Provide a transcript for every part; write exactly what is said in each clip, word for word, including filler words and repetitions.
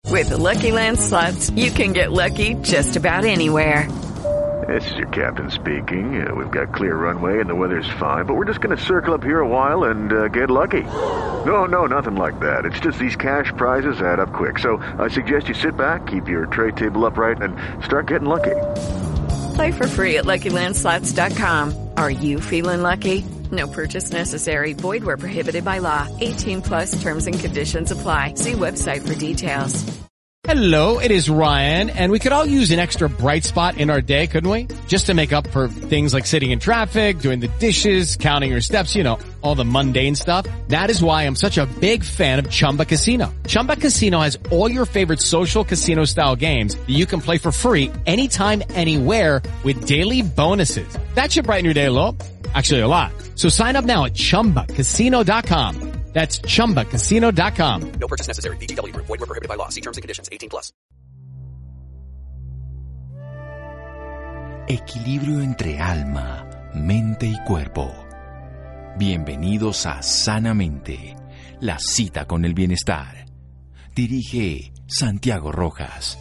With the Lucky Land Slots, you can get lucky just about anywhere. This is your captain speaking. Uh, we've got clear runway and the weather's fine, but we're just going to circle up here a while and uh, get lucky. No, no, nothing like that. It's just these cash prizes add up quick. So I suggest you sit back, keep your tray table upright, and start getting lucky. Play for free at Lucky Land Slots dot com. Are you feeling lucky? No purchase necessary. Void where prohibited by law. eighteen plus terms and conditions apply. See website for details. Hello, it is Ryan, and we could all use an extra bright spot in our day, couldn't we? Just to make up for things like sitting in traffic, doing the dishes, counting your steps, you know, all the mundane stuff. That is why I'm such a big fan of Chumba Casino. Chumba Casino has all your favorite social casino-style games that you can play for free anytime, anywhere with daily bonuses. That should brighten your day a little. Actually, a lot. So sign up now at chumba casino dot com. That's chumba casino dot com. No purchase necessary. V G W Group. Void where prohibited by law. See terms and conditions. eighteen plus. Equilibrio entre alma, mente y cuerpo. Bienvenidos a Sanamente, la cita con el bienestar. Dirige Santiago Rojas.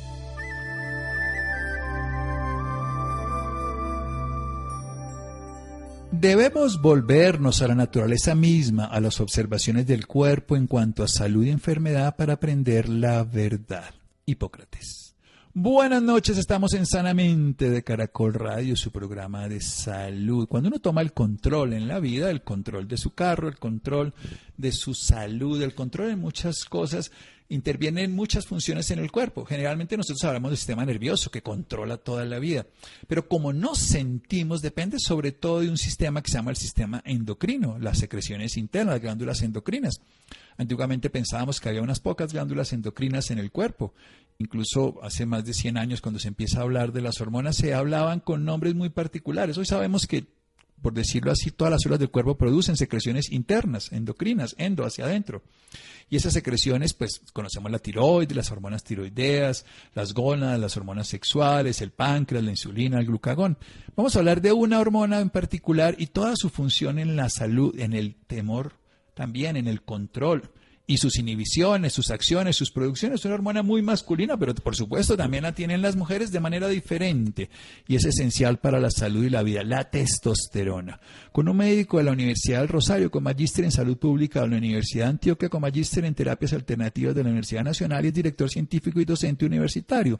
Debemos volvernos a la naturaleza misma, a las observaciones del cuerpo en cuanto a salud y enfermedad para aprender la verdad. Hipócrates. Buenas noches, estamos en Sanamente de Caracol Radio, su programa de salud. Cuando uno toma el control en la vida, el control de su carro, el control de su salud, el control en muchas cosas, intervienen muchas funciones en el cuerpo. Generalmente nosotros hablamos del sistema nervioso que controla toda la vida. Pero como nos sentimos, depende sobre todo de un sistema que se llama el sistema endocrino, las secreciones internas, las glándulas endocrinas. Antiguamente pensábamos que había unas pocas glándulas endocrinas en el cuerpo. Incluso hace más de cien años, cuando se empieza a hablar de las hormonas, se hablaban con nombres muy particulares. Hoy sabemos que, por decirlo así, todas las células del cuerpo producen secreciones internas, endocrinas, endo, hacia adentro. Y esas secreciones, pues, conocemos la tiroides, las hormonas tiroideas, las gónadas, las hormonas sexuales, el páncreas, la insulina, el glucagón. Vamos a hablar de una hormona en particular y toda su función en la salud, en el temor, también en el control. Y sus inhibiciones, sus acciones, sus producciones. Es una hormona muy masculina, pero por supuesto también la tienen las mujeres de manera diferente. Y es esencial para la salud y la vida, la testosterona. Con un médico de la Universidad del Rosario, con magíster en salud pública de la Universidad de Antioquia, con magíster en terapias alternativas de la Universidad Nacional y es director científico y docente universitario.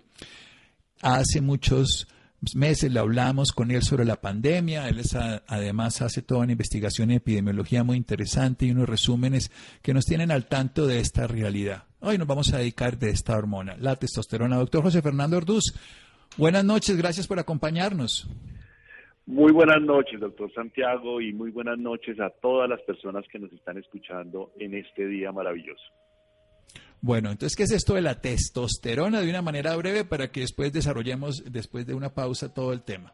Hace muchos meses le hablamos con él sobre la pandemia. Él es a, además hace toda una investigación en epidemiología muy interesante y unos resúmenes que nos tienen al tanto de esta realidad. Hoy nos vamos a dedicar de esta hormona, la testosterona. Doctor José Fernando Orduz, buenas noches, gracias por acompañarnos. Muy buenas noches, doctor Santiago, y muy buenas noches a todas las personas que nos están escuchando en este día maravilloso. Bueno, entonces, ¿qué es esto de la testosterona? De una manera breve para que después desarrollemos, después de una pausa, todo el tema.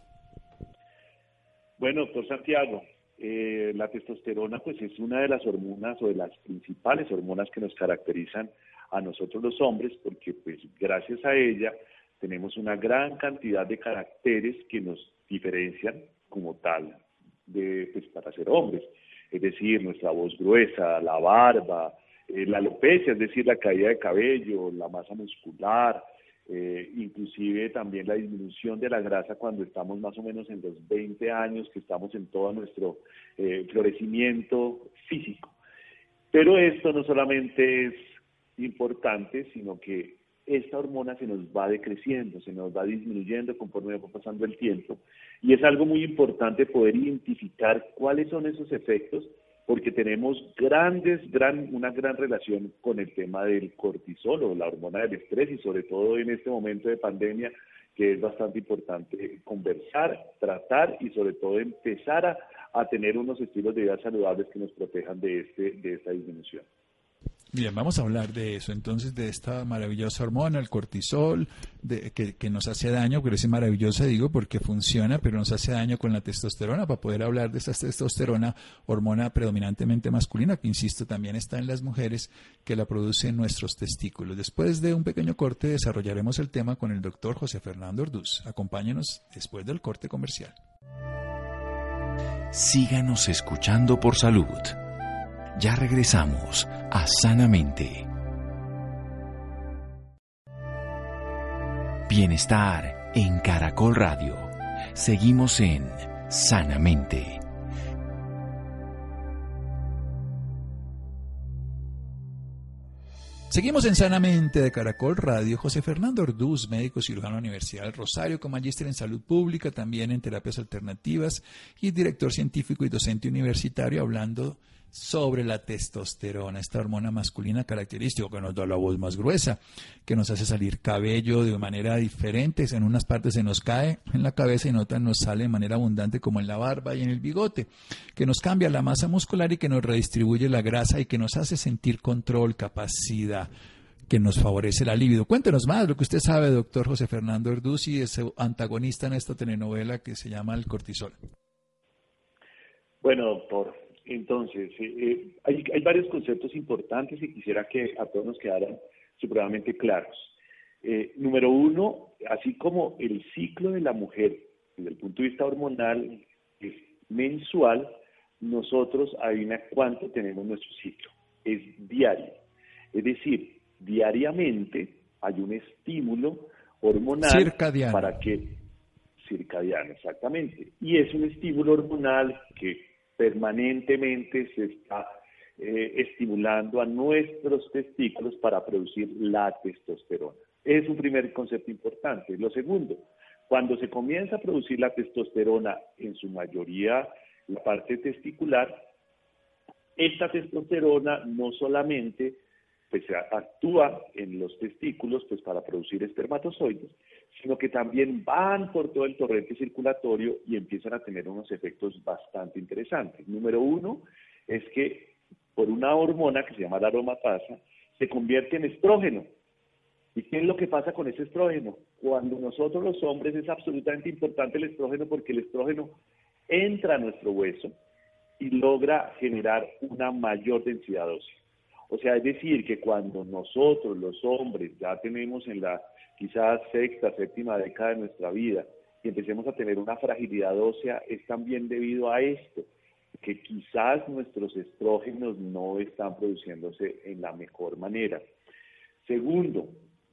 Bueno, doctor Santiago, eh, la testosterona pues es una de las hormonas o de las principales hormonas que nos caracterizan a nosotros los hombres, porque pues gracias a ella tenemos una gran cantidad de caracteres que nos diferencian como tal de pues para ser hombres. Es decir, nuestra voz gruesa, la barba, Eh, la alopecia, es decir, la caída de cabello, la masa muscular, eh, inclusive también la disminución de la grasa cuando estamos más o menos en los veinte años, que estamos en todo nuestro eh, florecimiento físico. Pero esto no solamente es importante, sino que esta hormona se nos va decreciendo, se nos va disminuyendo conforme va pasando el tiempo, y es algo muy importante poder identificar cuáles son esos efectos, porque tenemos grandes, gran, una gran relación con el tema del cortisol o la hormona del estrés, y sobre todo en este momento de pandemia, que es bastante importante conversar, tratar y sobre todo empezar a, a tener unos estilos de vida saludables que nos protejan de, este, de esta disminución. Bien, vamos a hablar de eso, entonces, de esta maravillosa hormona, el cortisol, de, que, que nos hace daño, pero es maravillosa, digo, porque funciona, pero nos hace daño con la testosterona. Para poder hablar de esta testosterona, hormona predominantemente masculina, que insisto, también está en las mujeres, que la producen nuestros testículos. Después de un pequeño corte, desarrollaremos el tema con el doctor José Fernando Orduz. Acompáñenos después del corte comercial. Síganos escuchando por salud. Ya regresamos a Sanamente. Bienestar en Caracol Radio. Seguimos en Sanamente. Seguimos en Sanamente de Caracol Radio. José Fernando Orduz, médico cirujano de la Universidad del Rosario, con magíster en salud pública, también en terapias alternativas y director científico y docente universitario, hablando sobre la testosterona, esta hormona masculina característica que nos da la voz más gruesa, que nos hace salir cabello de manera diferente. En unas partes se nos cae en la cabeza y en otras nos sale de manera abundante, como en la barba y en el bigote, que nos cambia la masa muscular y que nos redistribuye la grasa y que nos hace sentir control, capacidad, que nos favorece la libido. Cuéntenos más lo que usted sabe, doctor José Fernando Orduz, y es antagonista en esta telenovela que se llama El Cortisol. Bueno, doctor, entonces, eh, hay, hay varios conceptos importantes y quisiera que a todos nos quedaran supremamente claros. Eh, número uno, así como el ciclo de la mujer, desde el punto de vista hormonal, es mensual, nosotros, adivina cuánto tenemos nuestro ciclo, es diario. Es decir, diariamente hay un estímulo hormonal circadiano. para que, circadiano, exactamente, y es un estímulo hormonal que permanentemente se está eh, estimulando a nuestros testículos para producir la testosterona. Es un primer concepto importante. Lo segundo, cuando se comienza a producir la testosterona, en su mayoría la parte testicular, esta testosterona no solamente pues, actúa en los testículos pues, para producir espermatozoides, sino que también van por todo el torrente circulatorio y empiezan a tener unos efectos bastante interesantes. Número uno es que por una hormona que se llama la aromatasa, se convierte en estrógeno. ¿Y qué es lo que pasa con ese estrógeno? Cuando nosotros los hombres es absolutamente importante el estrógeno porque el estrógeno entra a nuestro hueso y logra generar una mayor densidad ósea. O sea, es decir, que cuando nosotros los hombres ya tenemos en la quizás sexta, séptima década de nuestra vida, y empecemos a tener una fragilidad ósea, es también debido a esto, que quizás nuestros estrógenos no están produciéndose en la mejor manera. Segundo,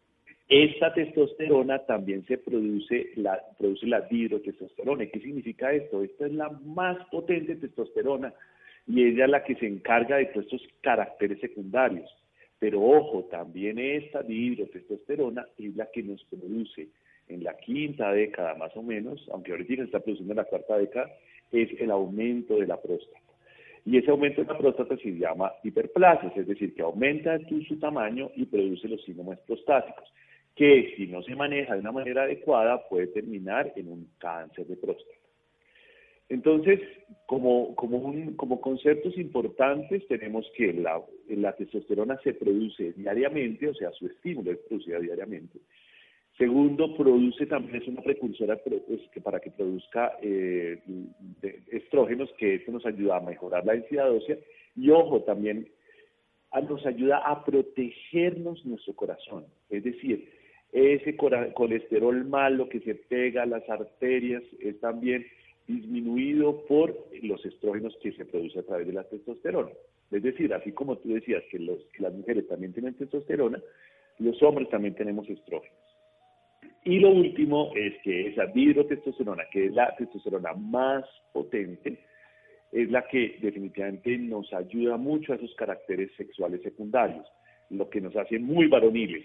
esta testosterona también se produce, la, produce la dihidrotestosterona. ¿Y qué significa esto? Esta es la más potente testosterona y ella es la que se encarga de todos estos caracteres secundarios. Pero ojo, también esta dihidrotestosterona es la que nos produce en la quinta década más o menos, aunque ahorita se está produciendo en la cuarta década, es el aumento de la próstata. Y ese aumento de la próstata se llama hiperplasia, es decir, que aumenta su tamaño y produce los síntomas prostáticos, que si no se maneja de una manera adecuada puede terminar en un cáncer de próstata. Entonces, como, como, un, como conceptos importantes tenemos que la, la testosterona se produce diariamente, o sea, su estímulo es producido diariamente. Segundo, produce también, es una precursora pues, que para que produzca eh, estrógenos, que esto nos ayuda a mejorar la densidad ósea. Y ojo, también a, nos ayuda a protegernos nuestro corazón. Es decir, ese colesterol malo que se pega a las arterias es también disminuido por los estrógenos que se producen a través de la testosterona. Es decir, así como tú decías que, los, que las mujeres también tienen testosterona, los hombres también tenemos estrógenos. Y lo último es que esa dihidrotestosterona, que es la testosterona más potente, es la que definitivamente nos ayuda mucho a esos caracteres sexuales secundarios, lo que nos hace muy varoniles.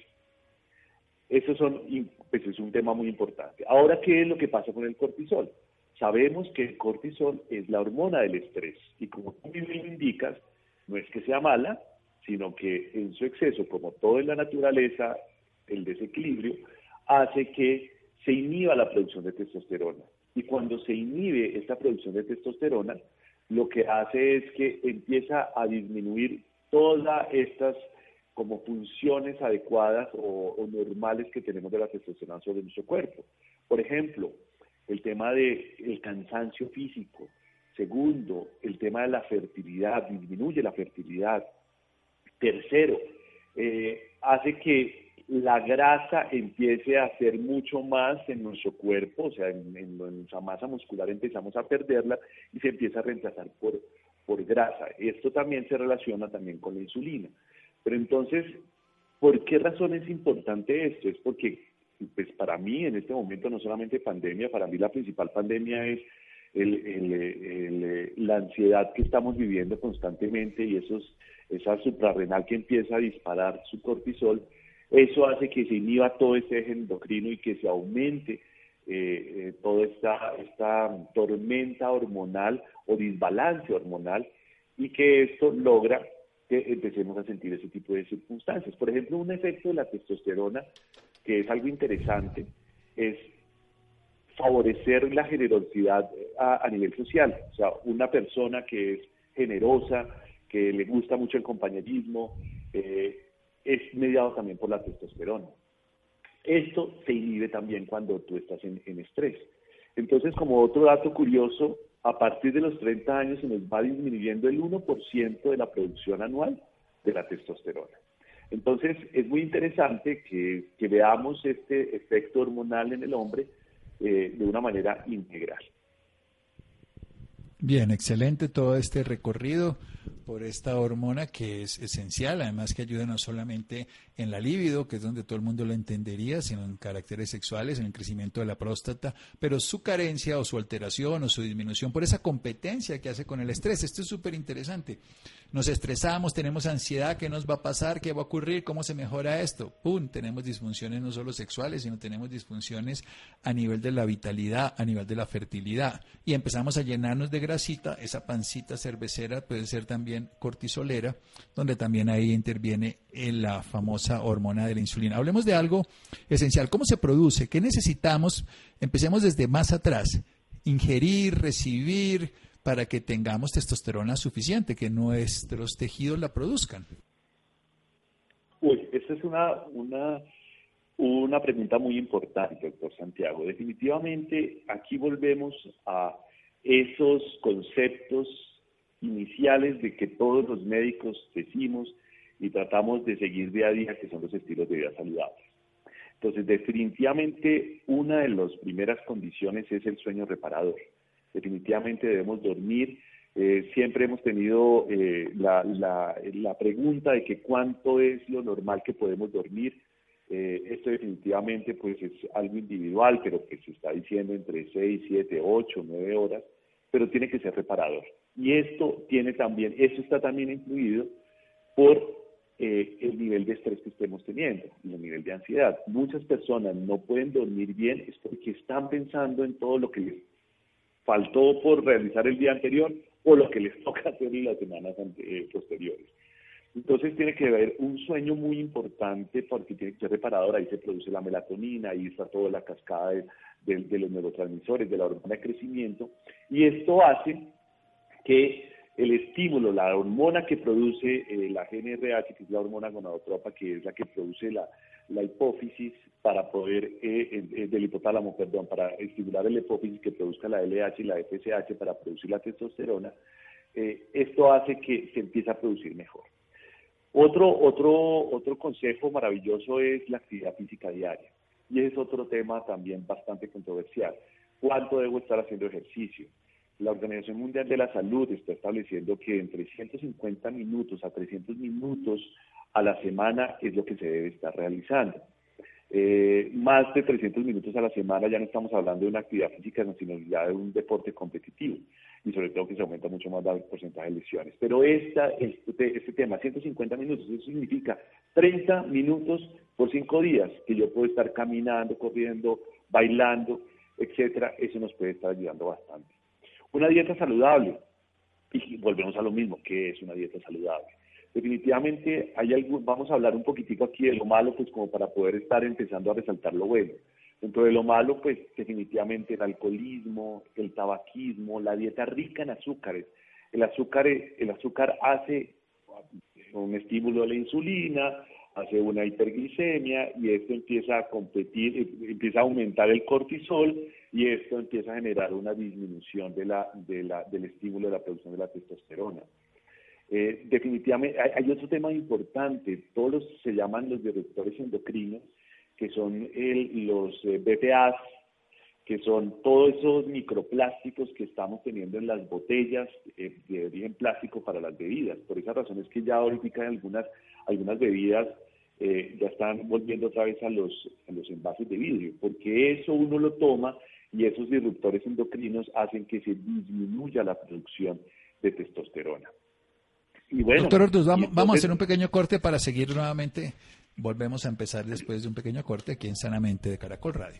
Eso son, pues es un tema muy importante. Ahora, ¿qué es lo que pasa con el cortisol? Sabemos que el cortisol es la hormona del estrés y como tú mismo indicas, no es que sea mala, sino que en su exceso, como todo en la naturaleza, el desequilibrio, hace que se inhiba la producción de testosterona. Y cuando se inhibe esta producción de testosterona, lo que hace es que empieza a disminuir todas estas como funciones adecuadas o, o normales que tenemos de la testosterona sobre nuestro cuerpo. Por ejemplo, el tema del cansancio físico. Segundo, el tema de la fertilidad, disminuye la fertilidad. Tercero, eh, hace que la grasa empiece a ser mucho más en nuestro cuerpo, o sea, en, en nuestra masa muscular empezamos a perderla y se empieza a reemplazar por, por grasa. Esto también se relaciona también con la insulina. Pero entonces, ¿por qué razón es importante esto? Es porque y pues para mí en este momento no solamente pandemia, para mí la principal pandemia es el, el, el, la ansiedad que estamos viviendo constantemente y esos, esa suprarrenal que empieza a disparar su cortisol. Eso hace que se inhiba todo este eje endocrino y que se aumente eh, eh, toda esta, esta tormenta hormonal o desbalance hormonal, y que esto logra que empecemos a sentir ese tipo de circunstancias. Por ejemplo, un efecto de la testosterona, que es algo interesante, es favorecer la generosidad a, a nivel social. O sea, una persona que es generosa, que le gusta mucho el compañerismo, eh, es mediado también por la testosterona. Esto se inhibe también cuando tú estás en, en estrés. Entonces, como otro dato curioso, a partir de los treinta años se nos va disminuyendo el uno por ciento de la producción anual de la testosterona. Entonces, es muy interesante que, que veamos este efecto hormonal en el hombre eh, de una manera integral. Bien, excelente todo este recorrido por esta hormona que es esencial, además que ayuda no solamente en la libido, que es donde todo el mundo lo entendería, sino en caracteres sexuales, en el crecimiento de la próstata, pero su carencia o su alteración o su disminución por esa competencia que hace con el estrés. Esto es súper interesante. Nos estresamos, tenemos ansiedad, ¿qué nos va a pasar? ¿Qué va a ocurrir? ¿Cómo se mejora esto? ¡Pum! Tenemos disfunciones no solo sexuales, sino tenemos disfunciones a nivel de la vitalidad, a nivel de la fertilidad. Y empezamos a llenarnos de grasita, esa pancita cervecera puede ser también cortisolera, donde también ahí interviene la famosa hormona de la insulina. Hablemos de algo esencial. ¿Cómo se produce? ¿Qué necesitamos? Empecemos desde más atrás. Ingerir, recibir, para que tengamos testosterona suficiente, que nuestros tejidos la produzcan. Uy, esta es una, una, una pregunta muy importante, doctor Santiago. Definitivamente aquí volvemos a esos conceptos iniciales de que todos los médicos decimos y tratamos de seguir día a día, que son los estilos de vida saludables. Entonces, definitivamente una de las primeras condiciones es el sueño reparador. Definitivamente debemos dormir. Eh, siempre hemos tenido eh, la, la, la pregunta de que cuánto es lo normal que podemos dormir. Eh, esto definitivamente pues es algo individual, pero pues se está diciendo entre seis, siete, ocho, nueve horas, pero tiene que ser reparador. Y esto tiene también, esto está también influido por eh, el nivel de estrés que estemos teniendo y el nivel de ansiedad. Muchas personas no pueden dormir bien es porque están pensando en todo lo que les faltó por realizar el día anterior o lo que les toca hacer en las semanas eh, posteriores. Entonces tiene que haber un sueño muy importante porque tiene que ser reparador. Ahí se produce la melatonina, ahí está toda la cascada de, de, de los neurotransmisores, de la hormona de crecimiento, y esto hace que el estímulo, la hormona que produce eh, la G N R H, que es la hormona gonadotropa, que es la que produce la, la hipófisis para poder, eh, eh, del hipotálamo, perdón, para estimular el hipófisis que produzca la L H y la F S H para producir la testosterona, eh, esto hace que se empiece a producir mejor. Otro, otro, otro consejo maravilloso es la actividad física diaria, y ese es otro tema también bastante controversial. ¿Cuánto debo estar haciendo ejercicio? La Organización Mundial de la Salud está estableciendo que entre ciento cincuenta minutos a trescientos minutos a la semana es lo que se debe estar realizando. Eh, más de trescientos minutos a la semana ya no estamos hablando de una actividad física, sino ya de un deporte competitivo, y sobre todo que se aumenta mucho más el porcentaje de lesiones. Pero esta, este, este tema, ciento cincuenta minutos, eso significa treinta minutos por cinco días, que yo puedo estar caminando, corriendo, bailando, etcétera. Eso nos puede estar ayudando bastante. Una dieta saludable, y volvemos a lo mismo, ¿qué es una dieta saludable? Definitivamente hay algo, vamos a hablar un poquitico aquí de lo malo, pues como para poder estar empezando a resaltar lo bueno. Dentro de lo malo, pues definitivamente el alcoholismo, el tabaquismo, la dieta rica en azúcares. El azúcar, el azúcar hace un estímulo a la insulina, hace una hiperglicemia, y esto empieza a competir, empieza a aumentar el cortisol, y esto empieza a generar una disminución de la, de la, del estímulo de la producción de la testosterona. Eh, definitivamente, hay, hay otro tema importante, todos los, se llaman los disruptores endocrinos, que son el, los eh, B P As, que son todos esos microplásticos que estamos teniendo en las botellas eh, de origen plástico para las bebidas. Por esa razón es que ya ahorita hay algunas, algunas bebidas eh, ya están volviendo otra vez a los, a los envases de vidrio, porque eso uno lo toma y esos disruptores endocrinos hacen que se disminuya la producción de testosterona. Y bueno, Doctor Orduz, vamos, entonces, vamos a hacer un pequeño corte para seguir nuevamente. Volvemos a empezar después de un pequeño corte aquí en Sanamente de Caracol Radio.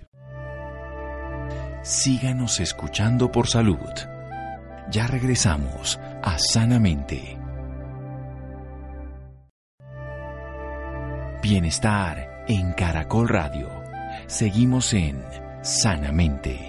Síganos escuchando por salud. Ya regresamos a Sanamente. Bienestar en Caracol Radio. Seguimos en Sanamente.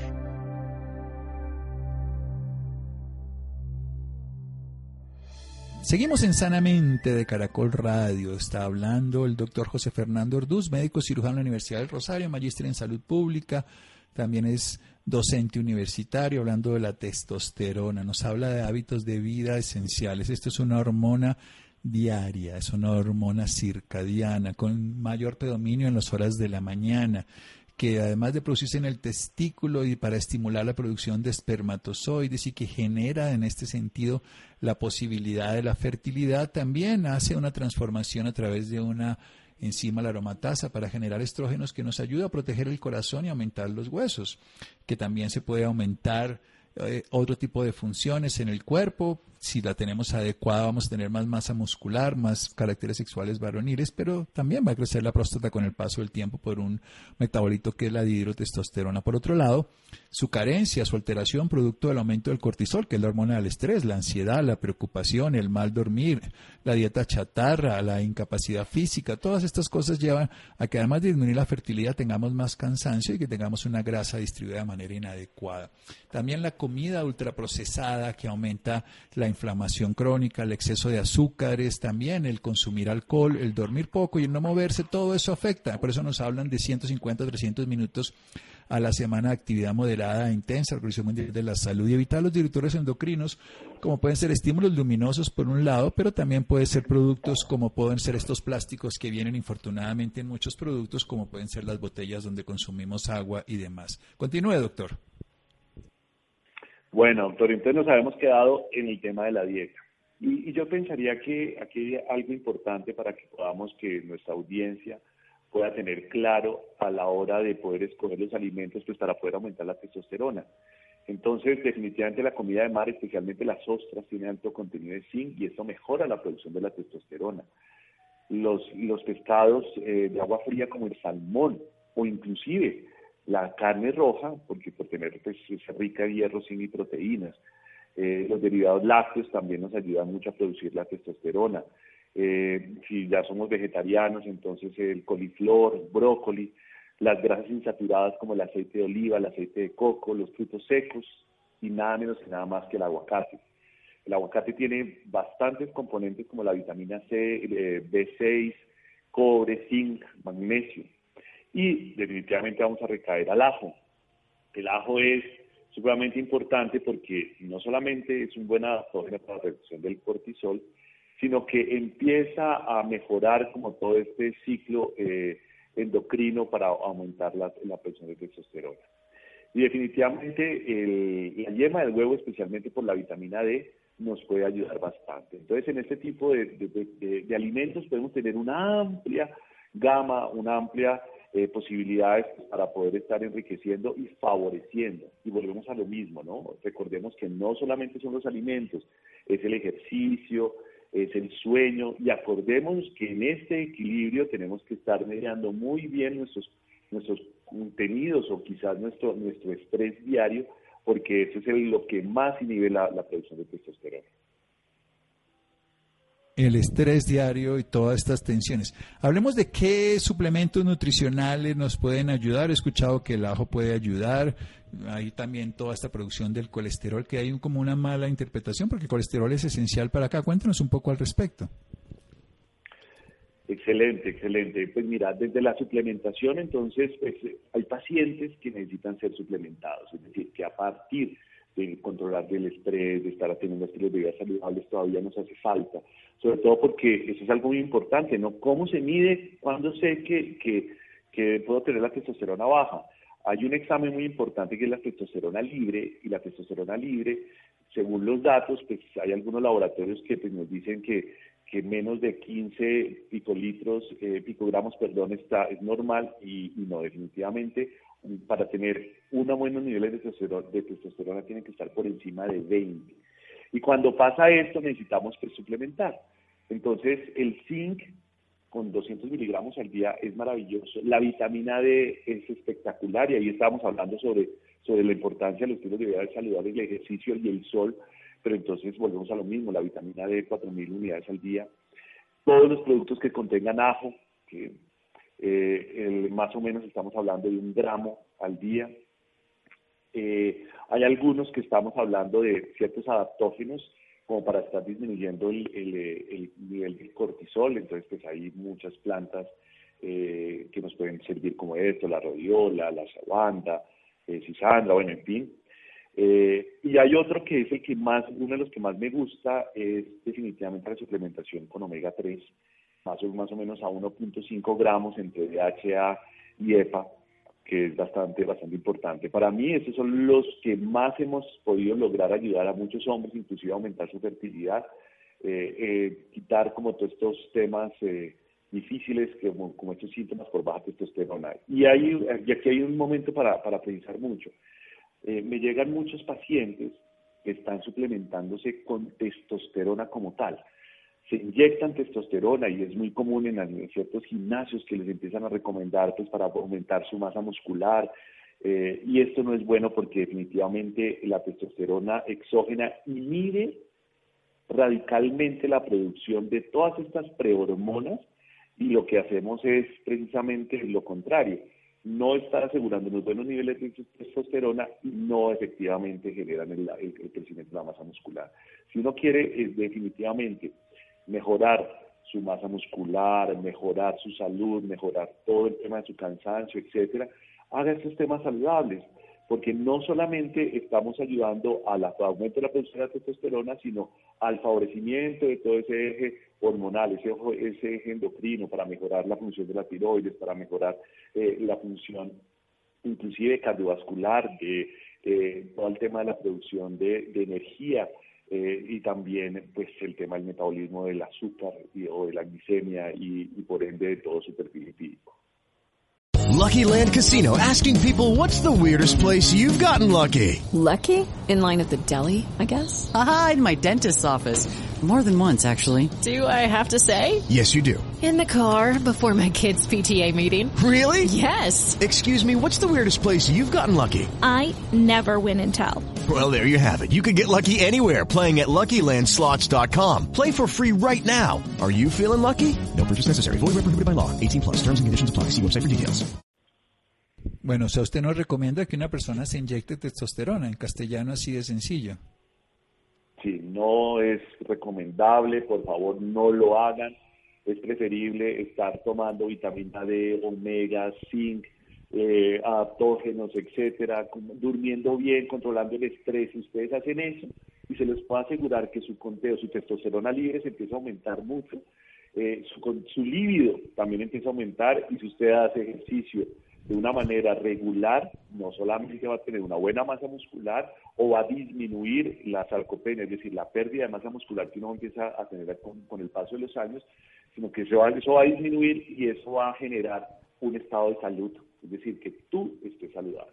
Seguimos en Sanamente de Caracol Radio. Está hablando el doctor José Fernando Orduz, médico cirujano de la Universidad del Rosario, magíster en salud pública. También es docente universitario, hablando de la testosterona. Nos habla de hábitos de vida esenciales. Esto es una hormona diaria, es una hormona circadiana con mayor predominio en las horas de la mañana, que además de producirse en el testículo y para estimular la producción de espermatozoides y que genera en este sentido la posibilidad de la fertilidad, también hace una transformación a través de una enzima, la aromatasa, para generar estrógenos que nos ayuda a proteger el corazón y aumentar los huesos, que también se puede aumentar eh, otro tipo de funciones en el cuerpo. Si la tenemos adecuada, vamos a tener más masa muscular, más caracteres sexuales varoniles, pero también va a crecer la próstata con el paso del tiempo por un metabolito que es la dihidrotestosterona. Por otro lado, su carencia, su alteración, producto del aumento del cortisol, que es la hormona del estrés, la ansiedad, la preocupación, el mal dormir, la dieta chatarra, la incapacidad física, todas estas cosas llevan a que además de disminuir la fertilidad tengamos más cansancio y que tengamos una grasa distribuida de manera inadecuada. También la comida ultraprocesada que aumenta la inflamación crónica, el exceso de azúcares, también el consumir alcohol, el dormir poco y el no moverse, todo eso afecta. Por eso nos hablan de ciento cincuenta a trescientos minutos a la semana de actividad moderada e intensa, la Organización Mundial de la Salud, y evitar los disruptores endocrinos, como pueden ser estímulos luminosos por un lado, pero también pueden ser productos como pueden ser estos plásticos que vienen infortunadamente en muchos productos, como pueden ser las botellas donde consumimos agua y demás. Continúe, doctor. Bueno, doctor, entonces nos habíamos quedado en el tema de la dieta. Y, y yo pensaría que aquí hay algo importante para que podamos, que nuestra audiencia pueda tener claro a la hora de poder escoger los alimentos pues para poder aumentar la testosterona. Entonces, definitivamente la comida de mar, especialmente las ostras, tiene alto contenido de zinc y esto mejora la producción de la testosterona. Los, los pescados eh, de agua fría como el salmón o inclusive la carne roja, porque por tener pues, es rica en hierro, zinc y proteínas. Eh, los derivados lácteos también nos ayudan mucho a producir la testosterona. Eh, si ya somos vegetarianos, entonces el coliflor, brócoli, las grasas insaturadas como el aceite de oliva, el aceite de coco, los frutos secos y nada menos y nada más que el aguacate. El aguacate tiene bastantes componentes como la vitamina C, eh, B seis, cobre, zinc, magnesio. Y definitivamente vamos a recaer al ajo. El ajo es sumamente importante porque no solamente es un buen adaptógeno para la reducción del cortisol, sino que empieza a mejorar como todo este ciclo eh, endocrino para aumentar la, la producción de testosterona. Y definitivamente el, la yema del huevo, especialmente por la vitamina D, nos puede ayudar bastante. Entonces, en este tipo de, de, de, de alimentos podemos tener una amplia gama, una amplia eh, posibilidades para poder estar enriqueciendo y favoreciendo. Y volvemos a lo mismo, ¿no? Recordemos que no solamente son los alimentos, es el ejercicio, es el sueño, y acordémonos que en este equilibrio tenemos que estar mediando muy bien nuestros, nuestros contenidos o quizás nuestro, nuestro estrés diario, porque eso es el, lo que más inhibe la, la producción de testosterona. El estrés diario y todas estas tensiones. Hablemos de qué suplementos nutricionales nos pueden ayudar. He escuchado que el ajo puede ayudar. Hay también toda esta producción del colesterol, que hay como una mala interpretación, porque el colesterol es esencial para acá. Cuéntanos un poco al respecto. Excelente, excelente. Pues mira, desde la suplementación, entonces, pues hay pacientes que necesitan ser suplementados, es decir, que a partir de controlar del estrés, de estar teniendo estilos de vida saludables, todavía nos hace falta, sobre todo porque eso es algo muy importante, ¿no? ¿Cómo se mide cuando sé que, que, que puedo tener la testosterona baja? Hay un examen muy importante que es la testosterona libre, y la testosterona libre, según los datos, pues hay algunos laboratorios que pues, nos dicen que que menos de quince picolitros, eh, picogramos, perdón, está, es normal y, y no, definitivamente para tener unos buenos niveles de testosterona, de testosterona tienen que estar por encima de veinte. Y cuando pasa esto necesitamos pues, suplementar. Entonces el zinc con doscientos miligramos al día es maravilloso. La vitamina D es espectacular y ahí estábamos hablando sobre, sobre la importancia de los estilos de vida saludables, el ejercicio y el sol. Pero entonces volvemos a lo mismo, la vitamina D, cuatro mil unidades al día. Todos los productos que contengan ajo, que eh, el, más o menos estamos hablando de un gramo al día. Eh, hay algunos que estamos hablando de ciertos adaptógenos, como para estar disminuyendo el, el, el nivel de cortisol, entonces pues hay muchas plantas eh, que nos pueden servir como esto, la rodiola, la ashwagandha, eh, cisandra, bueno, en fin. Eh, y hay otro que es el que más, uno de los que más me gusta, es definitivamente la suplementación con omega tres, más o, más o menos a uno punto cinco gramos entre D H A y E P A, que es bastante, bastante importante. Para mí, esos son los que más hemos podido lograr ayudar a muchos hombres, inclusive a aumentar su fertilidad, eh, eh, quitar como todos estos temas eh, difíciles, como, como estos síntomas por baja testosterona. Y, hay, y aquí hay un momento para, para pensar mucho. Eh, me llegan muchos pacientes que están suplementándose con testosterona como tal. Se inyectan testosterona y es muy común en, en ciertos gimnasios que les empiezan a recomendar pues, para aumentar su masa muscular. Eh, y esto no es bueno porque definitivamente la testosterona exógena inhibe radicalmente la producción de todas estas prehormonas y lo que hacemos es precisamente lo contrario. No estar asegurando unos buenos niveles de testosterona y no efectivamente generan el, el, el crecimiento de la masa muscular. Si uno quiere eh, definitivamente mejorar su masa muscular, mejorar su salud, mejorar todo el tema de su cansancio, etcétera, haga estos temas saludables, porque no solamente estamos ayudando al aumento de la producción de la testosterona, sino al favorecimiento de todo ese eje hormonal, ese, ese eje endocrino, para mejorar la función de la tiroides, para mejorar eh, la función inclusive cardiovascular, de eh, todo el tema de la producción de, de energía, eh, y también pues el tema del metabolismo del azúcar y, o de la glicemia y, y por ende de todo su perfil lipídico. Lucky Land Casino, asking people, what's the weirdest place you've gotten lucky? Lucky? In line at the deli, I guess? Aha, in my dentist's office. More than once, actually. Do I have to say? Yes, you do. In the car before my kids' P T A meeting. Really? Yes. Excuse me, what's the weirdest place you've gotten lucky? I never win and tell. Well, there you have it. You can get lucky anywhere, playing at Lucky Land Slots dot com. Play for free right now. Are you feeling lucky? No purchase necessary. Void where prohibited by law. eighteen plus. Terms and conditions apply. See website for details. Bueno, o sea, usted nos recomienda que una persona se inyecte testosterona, en castellano así de sencillo. Sí, no es recomendable, por favor no lo hagan. Es preferible estar tomando vitamina D, omega, zinc, eh, adaptógenos, etcétera, durmiendo bien, controlando el estrés. Si ustedes hacen eso, y se les puedo asegurar que su conteo, su testosterona libre se empieza a aumentar mucho, eh, su, su líbido también empieza a aumentar, y si usted hace ejercicio de una manera regular, no solamente va a tener una buena masa muscular o va a disminuir la sarcopenia, es decir, la pérdida de masa muscular que uno empieza a tener con, con el paso de los años, sino que eso va, eso va a disminuir y eso va a generar un estado de salud, es decir, que tú estés saludable.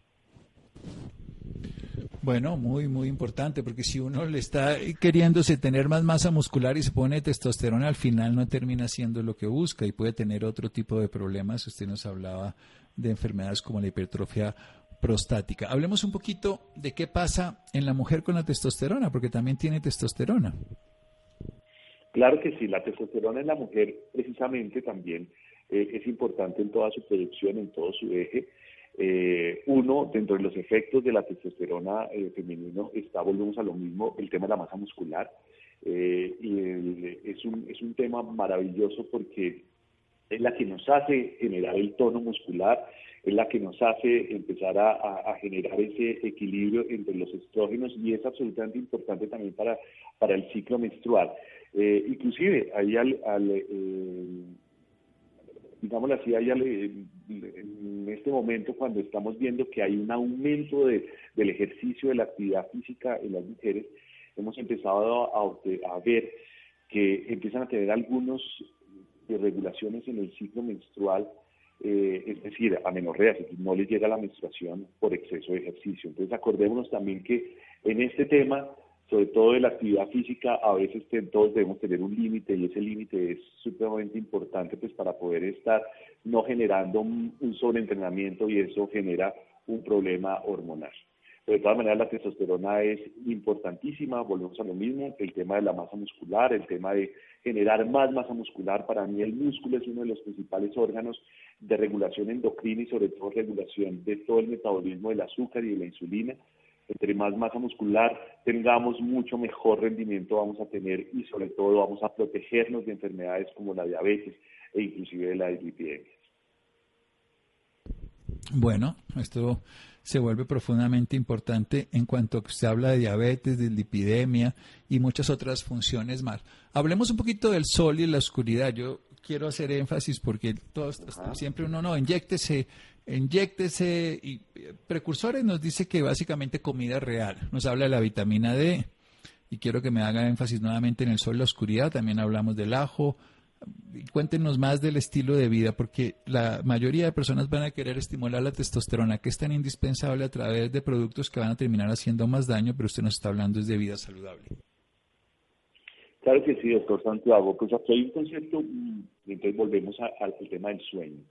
Bueno, muy, muy importante, porque si uno le está queriéndose tener más masa muscular y se pone testosterona, al final no termina haciendo lo que busca y puede tener otro tipo de problemas. Usted nos hablaba de enfermedades como la hipertrofia prostática. Hablemos un poquito de qué pasa en la mujer con la testosterona, porque también tiene testosterona. Claro que sí, la testosterona en la mujer precisamente también eh, es importante en toda su producción, en todo su eje. Eh, uno, dentro de los efectos de la testosterona eh, femenino está, volvemos a lo mismo, el tema de la masa muscular. Eh, y el, es, un, es un tema maravilloso porque es la que nos hace generar el tono muscular, es la que nos hace empezar a, a, a generar ese equilibrio entre los estrógenos, y es absolutamente importante también para, para el ciclo menstrual. Eh, inclusive, ahí al, al eh, digámoslo así, hay al, en este momento cuando estamos viendo que hay un aumento de, del ejercicio, de la actividad física en las mujeres, hemos empezado a, a ver que empiezan a tener algunas irregulaciones en el ciclo menstrual, eh, es decir, amenorrea, es decir, no les llega la menstruación por exceso de ejercicio. Entonces acordémonos también que en este tema, sobre todo de la actividad física, a veces todos debemos tener un límite, y ese límite es supremamente importante pues para poder estar no generando un, un sobreentrenamiento, y eso genera un problema hormonal. Pero de todas maneras la testosterona es importantísima, volvemos a lo mismo, el tema de la masa muscular, el tema de generar más masa muscular. Para mí el músculo es uno de los principales órganos de regulación endocrina y sobre todo regulación de todo el metabolismo del azúcar y de la insulina. Entre más masa muscular tengamos, mucho mejor rendimiento vamos a tener, y sobre todo vamos a protegernos de enfermedades como la diabetes e inclusive de la dislipidemia. Bueno, esto se vuelve profundamente importante en cuanto a que se habla de diabetes, de dislipidemia y muchas otras funciones más. Hablemos un poquito del sol y la oscuridad. Yo quiero hacer énfasis porque todos, siempre uno no, inyéctese, inyéctese, y Precursores nos dice que básicamente comida real. Nos habla de la vitamina D, y quiero que me haga énfasis nuevamente en el sol y la oscuridad. También hablamos del ajo. Cuéntenos más del estilo de vida, porque la mayoría de personas van a querer estimular la testosterona, que es tan indispensable, a través de productos que van a terminar haciendo más daño, pero usted nos está hablando es de vida saludable. Claro que sí, doctor Santiago. Pues aquí hay un concepto, y entonces volvemos a, al tema del sueño.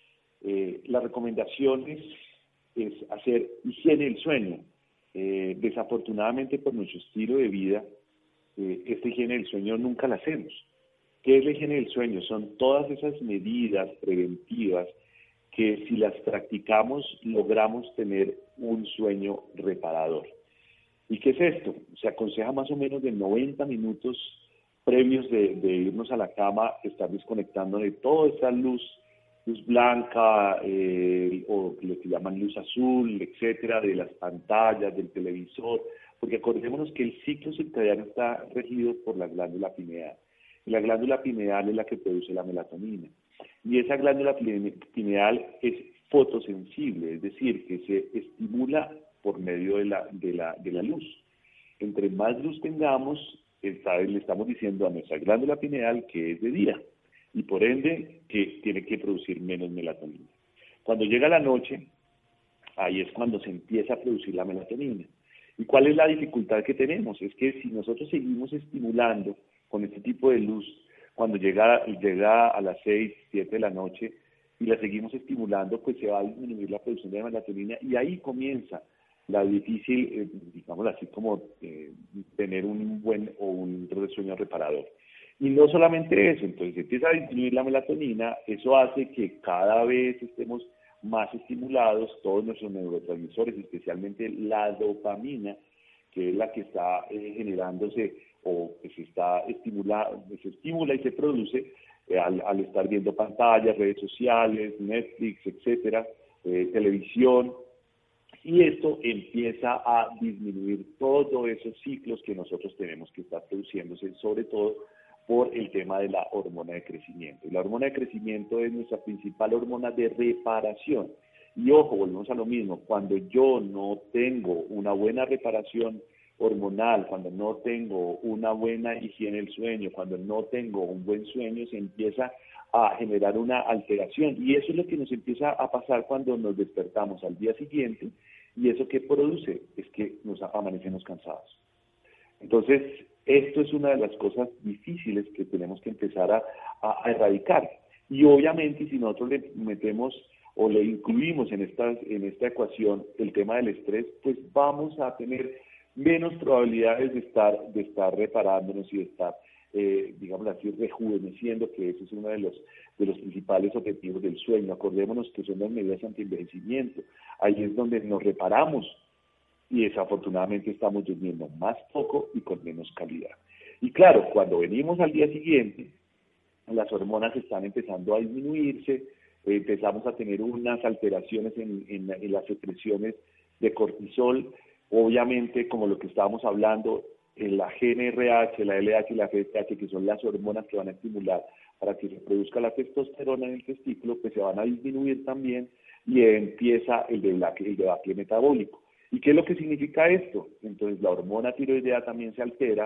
Eh, la recomendación es, es hacer higiene del sueño. Eh, desafortunadamente, por nuestro estilo de vida, eh, esta higiene del sueño nunca la hacemos. ¿Qué es la higiene del sueño? Son todas esas medidas preventivas que, si las practicamos, logramos tener un sueño reparador. ¿Y qué es esto? Se aconseja más o menos de noventa minutos previos de, de irnos a la cama, estar desconectando de toda esa luz, luz blanca, eh, o lo que llaman luz azul, etcétera, de las pantallas, del televisor, porque acordémonos que el ciclo circadiano está regido por la glándula pineal. Y la glándula pineal es la que produce la melatonina. Y esa glándula pineal es fotosensible, es decir, que se estimula por medio de la, de la, de la luz. Entre más luz tengamos, está, le estamos diciendo a nuestra glándula pineal que es de día, y por ende que tiene que producir menos melatonina. Cuando llega la noche, ahí es cuando se empieza a producir la melatonina. ¿Y cuál es la dificultad que tenemos? Es que si nosotros seguimos estimulando con este tipo de luz, cuando llega, llega a las seis, siete de la noche, y la seguimos estimulando, pues se va a disminuir la producción de melatonina, y ahí comienza la difícil, eh, digamos así, como eh, tener un buen o un sueño reparador. Y no solamente eso, entonces empieza a disminuir la melatonina, eso hace que cada vez estemos más estimulados, todos nuestros neurotransmisores, especialmente la dopamina, que es la que está eh, generándose o que se está estimula, se estimula y se produce eh, al, al estar viendo pantallas, redes sociales, Netflix, etcétera, eh, televisión, y esto empieza a disminuir todos esos ciclos que nosotros tenemos que estar produciéndose, sobre todo por el tema de la hormona de crecimiento. Y la hormona de crecimiento es nuestra principal hormona de reparación. Y ojo, volvemos a lo mismo, cuando yo no tengo una buena reparación hormonal, cuando no tengo una buena higiene del sueño, cuando no tengo un buen sueño, se empieza a generar una alteración, y eso es lo que nos empieza a pasar cuando nos despertamos al día siguiente, y eso que produce es que nos amanecemos cansados. Entonces, esto es una de las cosas difíciles que tenemos que empezar a, a, a erradicar, y obviamente si nosotros le metemos o le incluimos en esta, en esta ecuación el tema del estrés, pues vamos a tener menos probabilidades de estar, de estar reparándonos y de estar, eh, digamos así, rejuveneciendo, que ese es uno de los, de los principales objetivos del sueño. Acordémonos que son las medidas anti-envejecimiento. Ahí es donde nos reparamos, y desafortunadamente estamos durmiendo más poco y con menos calidad. Y claro, cuando venimos al día siguiente, las hormonas están empezando a disminuirse, eh, empezamos a tener unas alteraciones en, en, en las secreciones de cortisol. Obviamente, como lo que estábamos hablando, la G N R H, la L H y la F S H, que son las hormonas que van a estimular para que se produzca la testosterona en el testículo, pues se van a disminuir también, y empieza el debacle, el debacle metabólico. ¿Y qué es lo que significa esto? Entonces la hormona tiroidea también se altera,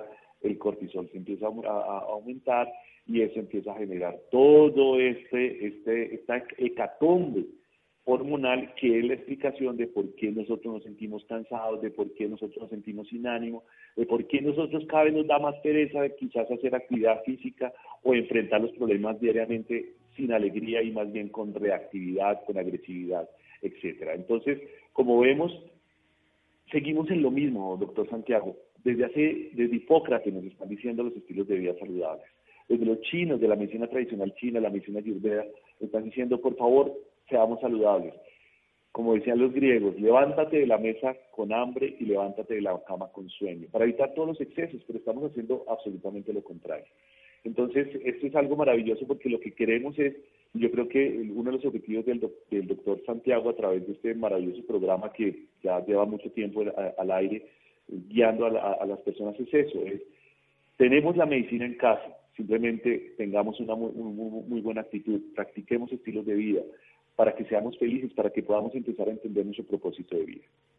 el cortisol se empieza a, a, a aumentar y eso empieza a generar todo este, este esta hecatombe hormonal, que es la explicación de por qué nosotros nos sentimos cansados, de por qué nosotros nos sentimos sin ánimo, de por qué nosotros cada vez nos da más pereza de quizás hacer actividad física o enfrentar los problemas diariamente sin alegría y más bien con reactividad, con agresividad, etcétera. Entonces, como vemos, seguimos en lo mismo, doctor Santiago. Desde hace, desde Hipócrates nos están diciendo los estilos de vida saludables. Desde los chinos, de la medicina tradicional china, la medicina ayurveda, nos están diciendo, por favor, seamos saludables. Como decían los griegos, levántate de la mesa con hambre y levántate de la cama con sueño, para evitar todos los excesos, pero estamos haciendo absolutamente lo contrario. Entonces, esto es algo maravilloso porque lo que queremos es, y yo creo que uno de los objetivos del, doc, del doctor Santiago a través de este maravilloso programa que ya lleva mucho tiempo a, al aire, guiando a, la, a las personas, es eso, es, tenemos la medicina en casa, simplemente tengamos una muy, muy, muy buena actitud, practiquemos estilos de vida, para que seamos felices, para que podamos empezar a entender nuestro propósito de vida.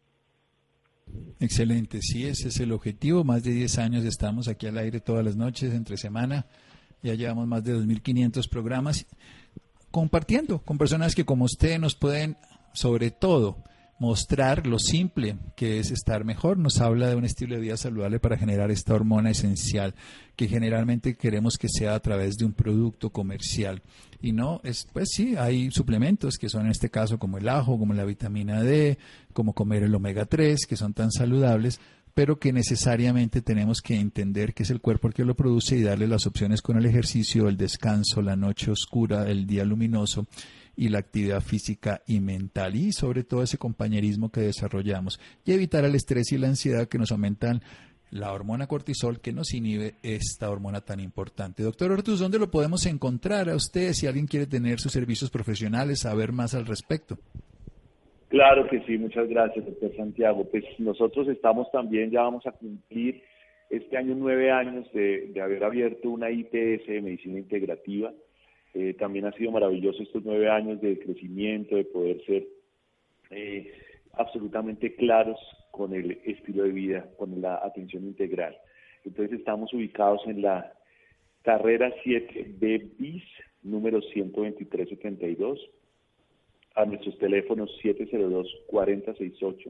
Excelente, sí, ese es el objetivo. Más de diez años estamos aquí al aire todas las noches, entre semana. Ya llevamos más de dos mil quinientos programas compartiendo con personas que como usted nos pueden, sobre todo, mostrar lo simple que es estar mejor. Nos habla de un estilo de vida saludable para generar esta hormona esencial que generalmente queremos que sea a través de un producto comercial. Y no, es, pues sí, hay suplementos que son en este caso como el ajo, como la vitamina D, como comer el omega tres, que son tan saludables, pero que necesariamente tenemos que entender que es el cuerpo el que lo produce y darle las opciones con el ejercicio, el descanso, la noche oscura, el día luminoso y la actividad física y mental, y sobre todo ese compañerismo que desarrollamos, y evitar el estrés y la ansiedad que nos aumentan la hormona cortisol, que nos inhibe esta hormona tan importante. Doctor Ortús, ¿dónde lo podemos encontrar a usted si alguien quiere tener sus servicios profesionales, saber más al respecto? Claro que sí, muchas gracias, doctor Santiago. Pues nosotros estamos también, ya vamos a cumplir este año nueve años de, de haber abierto una I P S de medicina integrativa. Eh, también ha sido maravilloso estos nueve años de crecimiento, de poder ser eh, absolutamente claros con el estilo de vida, con la atención integral. Entonces estamos ubicados en la carrera siete B bis, número ciento veintitrés setenta y dos, a nuestros teléfonos siete cero dos, cuatro cero seis ocho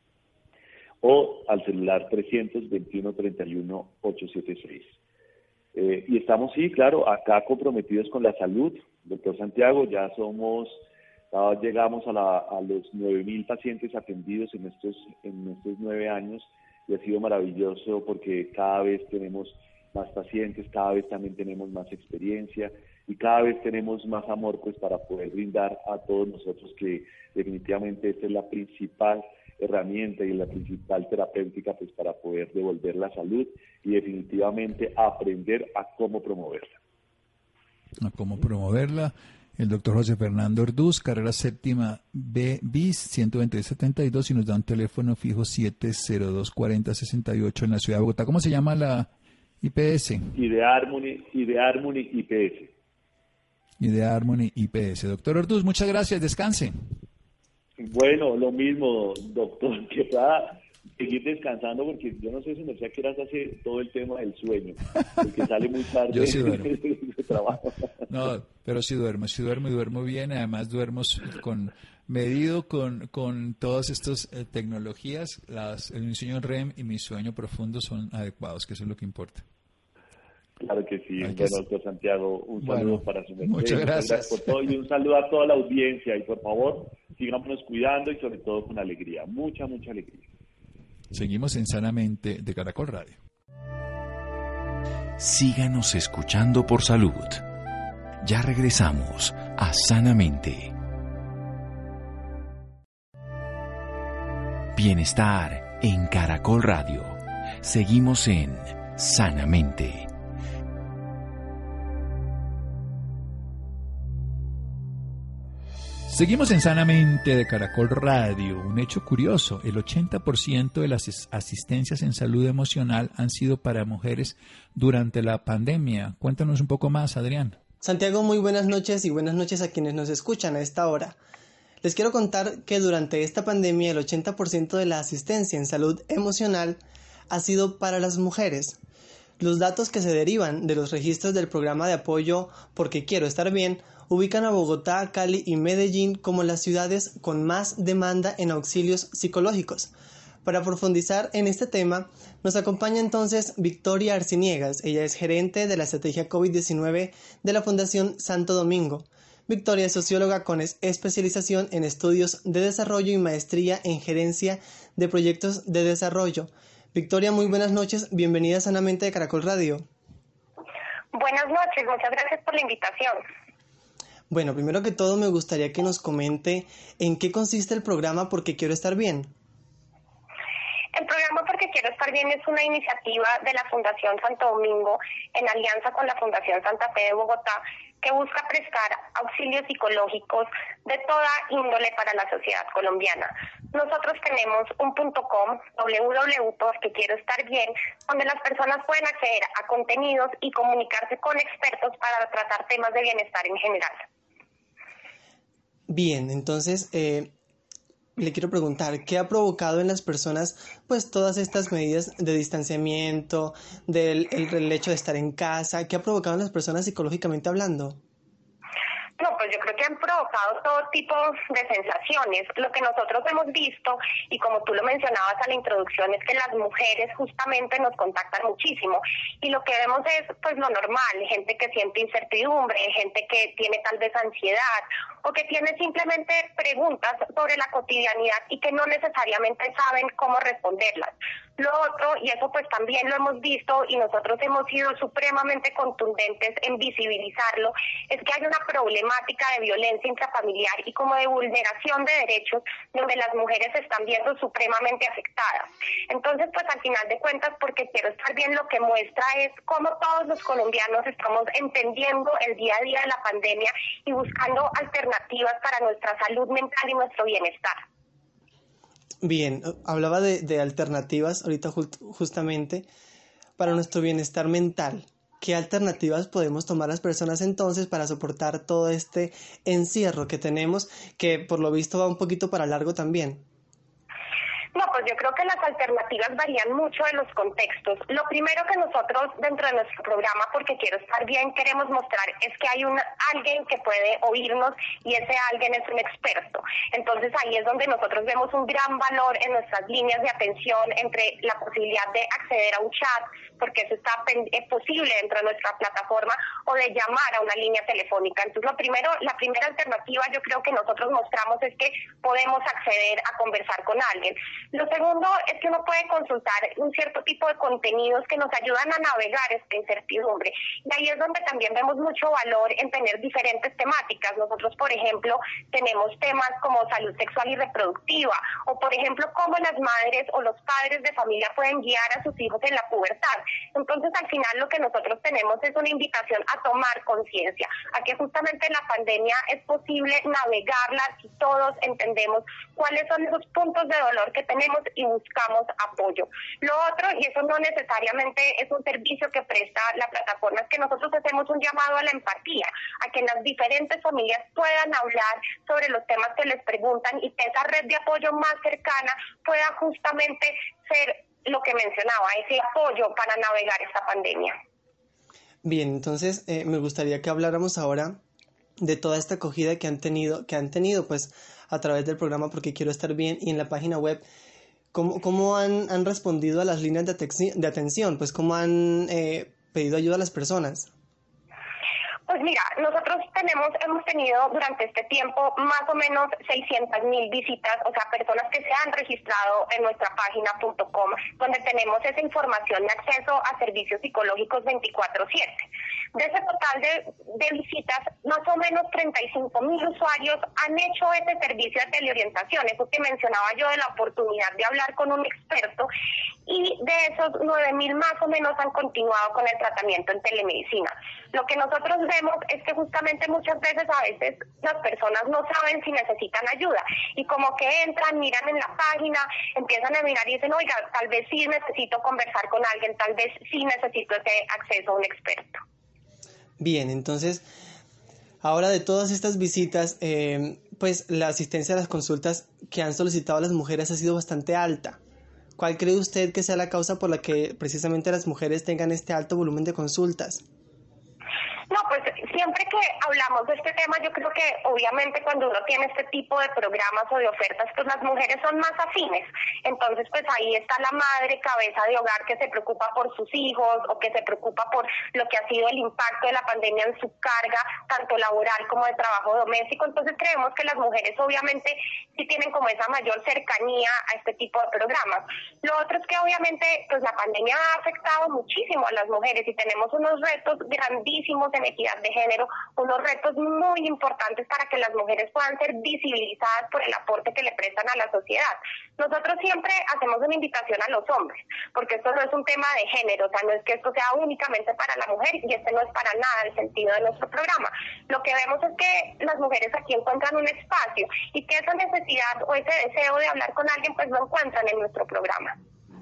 o al celular trescientos veintiuno, treinta y uno, ochocientos setenta y seis. Eh, y estamos, sí, claro, acá comprometidos con la salud, doctor Santiago. Ya somos, ya llegamos a, la, a los nueve mil pacientes atendidos en estos, en estos nueve años, y ha sido maravilloso porque cada vez tenemos más pacientes, cada vez también tenemos más experiencia y cada vez tenemos más amor, pues, para poder brindar a todos nosotros, que definitivamente esta es la principal herramienta y la principal terapéutica, pues, para poder devolver la salud y definitivamente aprender a cómo promoverla. A cómo promoverla. El doctor José Fernando Orduz, carrera séptima B bis, ciento veintidós setenta y dos, y nos da un teléfono fijo siete cero dos, cuatro cero seis ocho en la ciudad de Bogotá. ¿Cómo se llama la I P S? Idea Harmony, Idea Harmony I P S. Idea Harmony I P S. Doctor Orduz, muchas gracias, descanse. Bueno, lo mismo, doctor, que pueda seguir descansando, porque yo no sé si me sé que eras hace todo el tema del sueño, porque sale muy tarde. Yo sí duermo. de trabajo. No, pero sí duermo, sí duermo y duermo bien. Además duermo con medido con, con todas estas eh, tecnologías. Las, el sueño R E M y mi sueño profundo son adecuados, que eso es lo que importa. Claro que sí. Ay, bueno, que doctor Santiago, un bueno, saludo para su merced. Muchas gracias. gracias por todo y un saludo a toda la audiencia. Y por favor, sigámonos cuidando y sobre todo con alegría. Mucha, mucha alegría. Seguimos en Sanamente de Caracol Radio. Síganos escuchando por salud. Ya regresamos a Sanamente. Bienestar en Caracol Radio. Seguimos en Sanamente. Seguimos en Sanamente de Caracol Radio. Un hecho curioso, el ochenta por ciento de las asistencias en salud emocional han sido para mujeres durante la pandemia. Cuéntanos un poco más, Adrián. Santiago, muy buenas noches y buenas noches a quienes nos escuchan a esta hora. Les quiero contar que durante esta pandemia el ochenta por ciento de la asistencia en salud emocional ha sido para las mujeres. Los datos que se derivan de los registros del programa de apoyo Porque Quiero Estar Bien ubican a Bogotá, Cali y Medellín como las ciudades con más demanda en auxilios psicológicos. Para profundizar en este tema, nos acompaña entonces Victoria Arciniegas. Ella es gerente de la estrategia COVID diecinueve de la Fundación Santo Domingo. Victoria es socióloga con especialización en estudios de desarrollo y maestría en gerencia de proyectos de desarrollo. Victoria, muy buenas noches. Bienvenida a Sanamente de Caracol Radio. Buenas noches, muchas gracias por la invitación. Bueno, primero que todo me gustaría que nos comente en qué consiste el programa Porque Quiero Estar Bien. El programa Porque Quiero Estar Bien es una iniciativa de la Fundación Santo Domingo en alianza con la Fundación Santa Fe de Bogotá que busca prestar auxilios psicológicos de toda índole para la sociedad colombiana. Nosotros tenemos un punto com, doble u doble u punto porque quiero estar bien, donde las personas pueden acceder a contenidos y comunicarse con expertos para tratar temas de bienestar en general. Bien, entonces eh, le quiero preguntar, ¿qué ha provocado en las personas pues todas estas medidas de distanciamiento, del el, el hecho de estar en casa? ¿Qué ha provocado en las personas psicológicamente hablando? No, pues yo creo que han provocado todo tipo de sensaciones. Lo que nosotros hemos visto, y como tú lo mencionabas a la introducción, es que las mujeres justamente nos contactan muchísimo. Y lo que vemos es pues lo normal, gente que siente incertidumbre, gente que tiene tal vez ansiedad, o que tiene simplemente preguntas sobre la cotidianidad y que no necesariamente saben cómo responderlas. Lo otro, y eso pues también lo hemos visto y nosotros hemos sido supremamente contundentes en visibilizarlo, es que hay una problemática de violencia intrafamiliar y como de vulneración de derechos donde las mujeres se están viendo supremamente afectadas. Entonces pues al final de cuentas Porque Quiero Estar Bien lo que muestra es cómo todos los colombianos estamos entendiendo el día a día de la pandemia y buscando alternativas para nuestra salud mental y nuestro bienestar. Bien, hablaba de, de alternativas ahorita just, justamente para nuestro bienestar mental. ¿Qué alternativas podemos tomar las personas entonces para soportar todo este encierro que tenemos, que por lo visto va un poquito para largo también? No, pues yo creo que las alternativas varían mucho de los contextos. Lo primero que nosotros dentro de nuestro programa Porque Quiero Estar Bien queremos mostrar es que hay un alguien que puede oírnos y ese alguien es un experto. Entonces ahí es donde nosotros vemos un gran valor en nuestras líneas de atención entre la posibilidad de acceder a un chat, porque eso está es posible dentro de nuestra plataforma, o de llamar a una línea telefónica. Entonces lo primero, la primera alternativa yo creo que nosotros mostramos es que podemos acceder a conversar con alguien. Lo segundo es que uno puede consultar un cierto tipo de contenidos que nos ayudan a navegar esta incertidumbre. Y ahí es donde también vemos mucho valor en tener diferentes temáticas. Nosotros, por ejemplo, tenemos temas como salud sexual y reproductiva, o por ejemplo, cómo las madres o los padres de familia pueden guiar a sus hijos en la pubertad. Entonces, al final lo que nosotros tenemos es una invitación a tomar conciencia, a que justamente la pandemia es posible navegarla si todos entendemos cuáles son esos puntos de dolor que tenemos y buscamos apoyo. Lo otro, y eso no necesariamente es un servicio que presta la plataforma, es que nosotros hacemos un llamado a la empatía, a que las diferentes familias puedan hablar sobre los temas que les preguntan y que esa red de apoyo más cercana pueda justamente ser lo que mencionaba, ese apoyo para navegar esta pandemia. Bien, entonces eh, me gustaría que habláramos ahora de toda esta acogida que han tenido, que han tenido pues a través del programa Porque Quiero Estar Bien y en la página web. ¿Cómo, cómo han, han respondido a las líneas de, atención, de atención? Pues ¿cómo han eh, pedido ayuda a las personas? Pues mira, nosotros tenemos, hemos tenido durante este tiempo más o menos seiscientas mil visitas, o sea, personas que se han registrado en nuestra página punto com, donde tenemos esa información de acceso a servicios psicológicos veinticuatro siete. De ese total de, de visitas, más o menos treinta y cinco mil usuarios han hecho ese servicio de teleorientación, eso que mencionaba yo de la oportunidad de hablar con un experto, y de esos nueve mil más o menos han continuado con el tratamiento en telemedicina. Lo que nosotros vemos es que justamente muchas veces a veces las personas no saben si necesitan ayuda y como que entran, miran en la página, empiezan a mirar y dicen, oiga, tal vez sí necesito conversar con alguien, tal vez sí necesito ese acceso a un experto. Bien, entonces, ahora de todas estas visitas, eh, pues la asistencia a las consultas que han solicitado las mujeres ha sido bastante alta. ¿Cuál cree usted que sea la causa por la que precisamente las mujeres tengan este alto volumen de consultas? No, pues siempre que hablamos de este tema, yo creo que obviamente cuando uno tiene este tipo de programas o de ofertas, pues las mujeres son más afines. Entonces, pues ahí está la madre cabeza de hogar que se preocupa por sus hijos o que se preocupa por lo que ha sido el impacto de la pandemia en su carga, tanto laboral como de trabajo doméstico. Entonces creemos que las mujeres obviamente sí tienen como esa mayor cercanía a este tipo de programas. Lo otro es que obviamente pues la pandemia ha afectado muchísimo a las mujeres y tenemos unos retos grandísimos en equidad de género, unos retos muy importantes para que las mujeres puedan ser visibilizadas por el aporte que le prestan a la sociedad. Nosotros siempre hacemos una invitación a los hombres, porque esto no es un tema de género, o sea, no es que esto sea únicamente para la mujer y este no es para nada el sentido de nuestro programa. Lo que vemos es que las mujeres aquí encuentran un espacio y que esa necesidad o ese deseo de hablar con alguien pues lo encuentran en nuestro programa.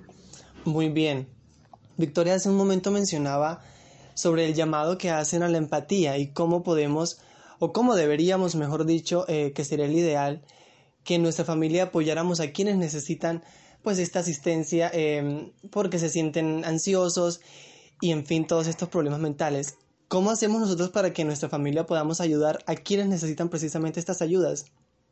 Muy bien. Victoria hace un momento mencionaba sobre el llamado que hacen a la empatía y cómo podemos, o cómo deberíamos, mejor dicho, eh, que sería el ideal, que en nuestra familia apoyáramos a quienes necesitan pues esta asistencia eh, porque se sienten ansiosos y en fin, todos estos problemas mentales. ¿Cómo hacemos nosotros para que en nuestra familia podamos ayudar a quienes necesitan precisamente estas ayudas?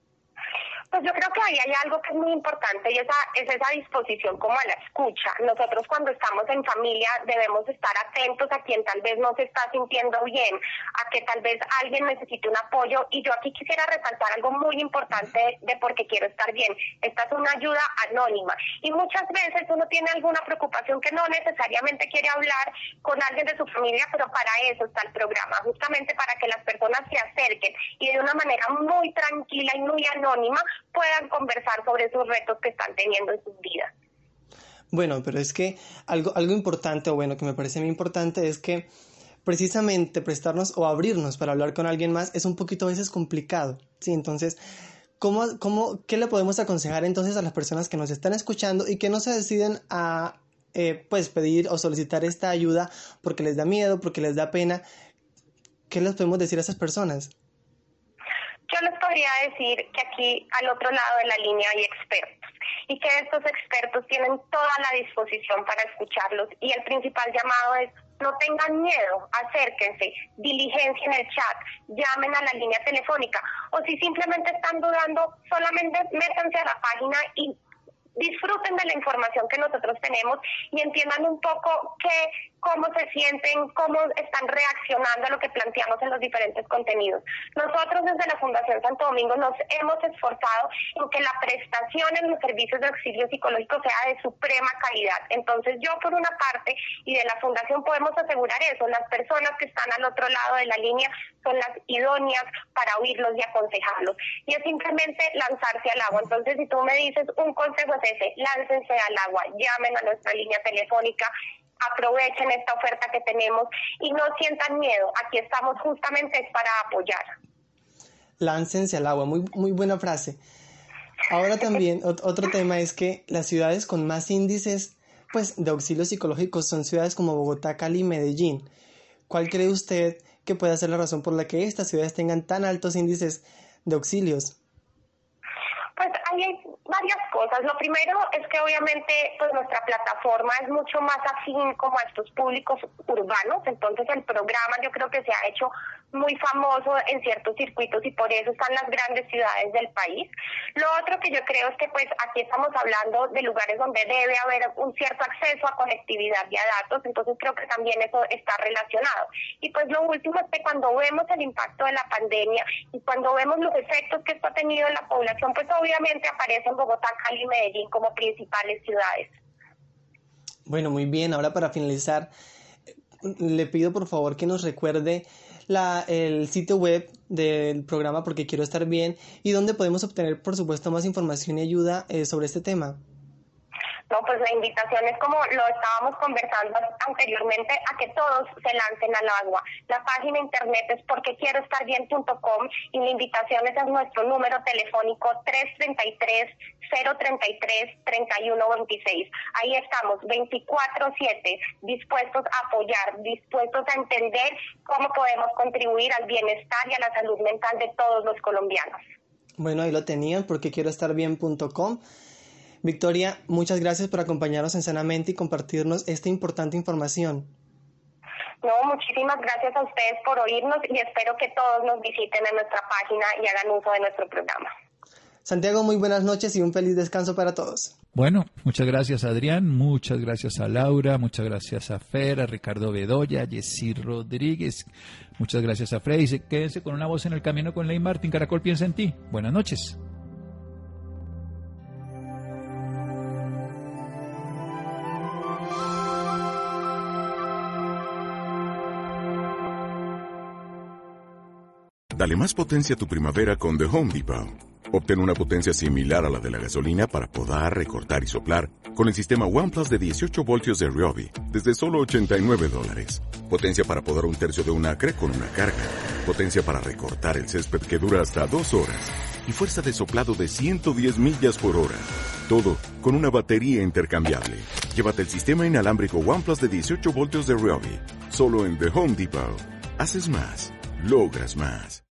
Pues yo creo que ahí hay algo que es muy importante y esa es esa disposición como a la escucha. Nosotros cuando estamos en familia debemos estar atentos a quien tal vez no se está sintiendo bien, a que tal vez alguien necesite un apoyo, y yo aquí quisiera resaltar algo muy importante de porque quiero estar bien. Esta es una ayuda anónima y muchas veces uno tiene alguna preocupación que no necesariamente quiere hablar con alguien de su familia, pero para eso está el programa, justamente para que las personas se acerquen y de una manera muy tranquila y muy anónima puedan conversar sobre esos retos que están teniendo en sus vidas. Bueno, pero es que algo, algo importante, o bueno, que me parece muy importante, es que precisamente prestarnos o abrirnos para hablar con alguien más es un poquito a veces complicado, ¿sí? Entonces, ¿cómo, cómo, ¿qué le podemos aconsejar entonces a las personas que nos están escuchando y que no se deciden a eh, pues pedir o solicitar esta ayuda porque les da miedo, porque les da pena? ¿Qué les podemos decir a esas personas? Yo les podría decir que aquí al otro lado de la línea hay expertos y que estos expertos tienen toda la disposición para escucharlos, y el principal llamado es: no tengan miedo, acérquense, diligencien el chat, llamen a la línea telefónica, o si simplemente están dudando, solamente métanse a la página y disfruten de la información que nosotros tenemos y entiendan un poco qué, cómo se sienten, cómo están reaccionando a lo que planteamos en los diferentes contenidos. Nosotros desde la Fundación Santo Domingo nos hemos esforzado en que la prestación en los servicios de auxilio psicológico sea de suprema calidad. Entonces yo por una parte y de la Fundación podemos asegurar eso, las personas que están al otro lado de la línea son las idóneas para oírlos y aconsejarlos. Y es simplemente lanzarse al agua. Entonces si tú me dices un consejo es ese: láncense al agua, llamen a nuestra línea telefónica, aprovechen esta oferta que tenemos y no sientan miedo. Aquí estamos justamente para apoyar. Láncense al agua, muy, muy buena frase. Ahora también otro tema es que las ciudades con más índices pues, de auxilio psicológico son ciudades como Bogotá, Cali y Medellín. ¿Cuál cree usted que puede ser la razón por la que estas ciudades tengan tan altos índices de auxilios? Pues ahí hay varias cosas. Lo primero es que obviamente pues nuestra plataforma es mucho más afín como a estos públicos urbanos, entonces el programa yo creo que se ha hecho muy famoso en ciertos circuitos y por eso están las grandes ciudades del país. Lo otro que yo creo es que pues aquí estamos hablando de lugares donde debe haber un cierto acceso a conectividad y a datos, entonces creo que también eso está relacionado. Y pues lo último es que cuando vemos el impacto de la pandemia y cuando vemos los efectos que esto ha tenido en la población, pues obviamente aparecen Bogotá, Cali y Medellín como principales ciudades. Bueno, muy bien. Ahora para finalizar, le pido por favor que nos recuerde la, el sitio web del programa Porque Quiero Estar Bien y donde podemos obtener, por supuesto, más información y ayuda eh, sobre este tema. No, pues la invitación es como lo estábamos conversando anteriormente, a que todos se lancen al agua. La página internet es porque quiero estar bien punto com y la invitación es a nuestro número telefónico tres tres tres, cero tres tres, tres uno dos seis. Ahí estamos veinticuatro siete, dispuestos a apoyar, dispuestos a entender cómo podemos contribuir al bienestar y a la salud mental de todos los colombianos. Bueno, ahí lo tenían, porque quiero estar bien punto com. Victoria, muchas gracias por acompañarnos en Sanamente y compartirnos esta importante información. No, muchísimas gracias a ustedes por oírnos y espero que todos nos visiten en nuestra página y hagan uso de nuestro programa. Santiago, muy buenas noches y un feliz descanso para todos. Bueno, muchas gracias Adrián, muchas gracias a Laura, muchas gracias a Fer, a Ricardo Bedoya, a Jessy Rodríguez, muchas gracias a Freddy. Quédense con Una Voz en el Camino con Ley Martín. Caracol piensa en ti. Buenas noches. Dale más potencia a tu primavera con The Home Depot. Obtén una potencia similar a la de la gasolina para podar, recortar y soplar con el sistema OnePlus de dieciocho voltios de Ryobi desde solo ochenta y nueve dólares. Potencia para podar un tercio de un acre con una carga. Potencia para recortar el césped que dura hasta dos horas. Y fuerza de soplado de ciento diez millas por hora. Todo con una batería intercambiable. Llévate el sistema inalámbrico OnePlus de dieciocho voltios de Ryobi. Solo en The Home Depot. Haces más. Logras más.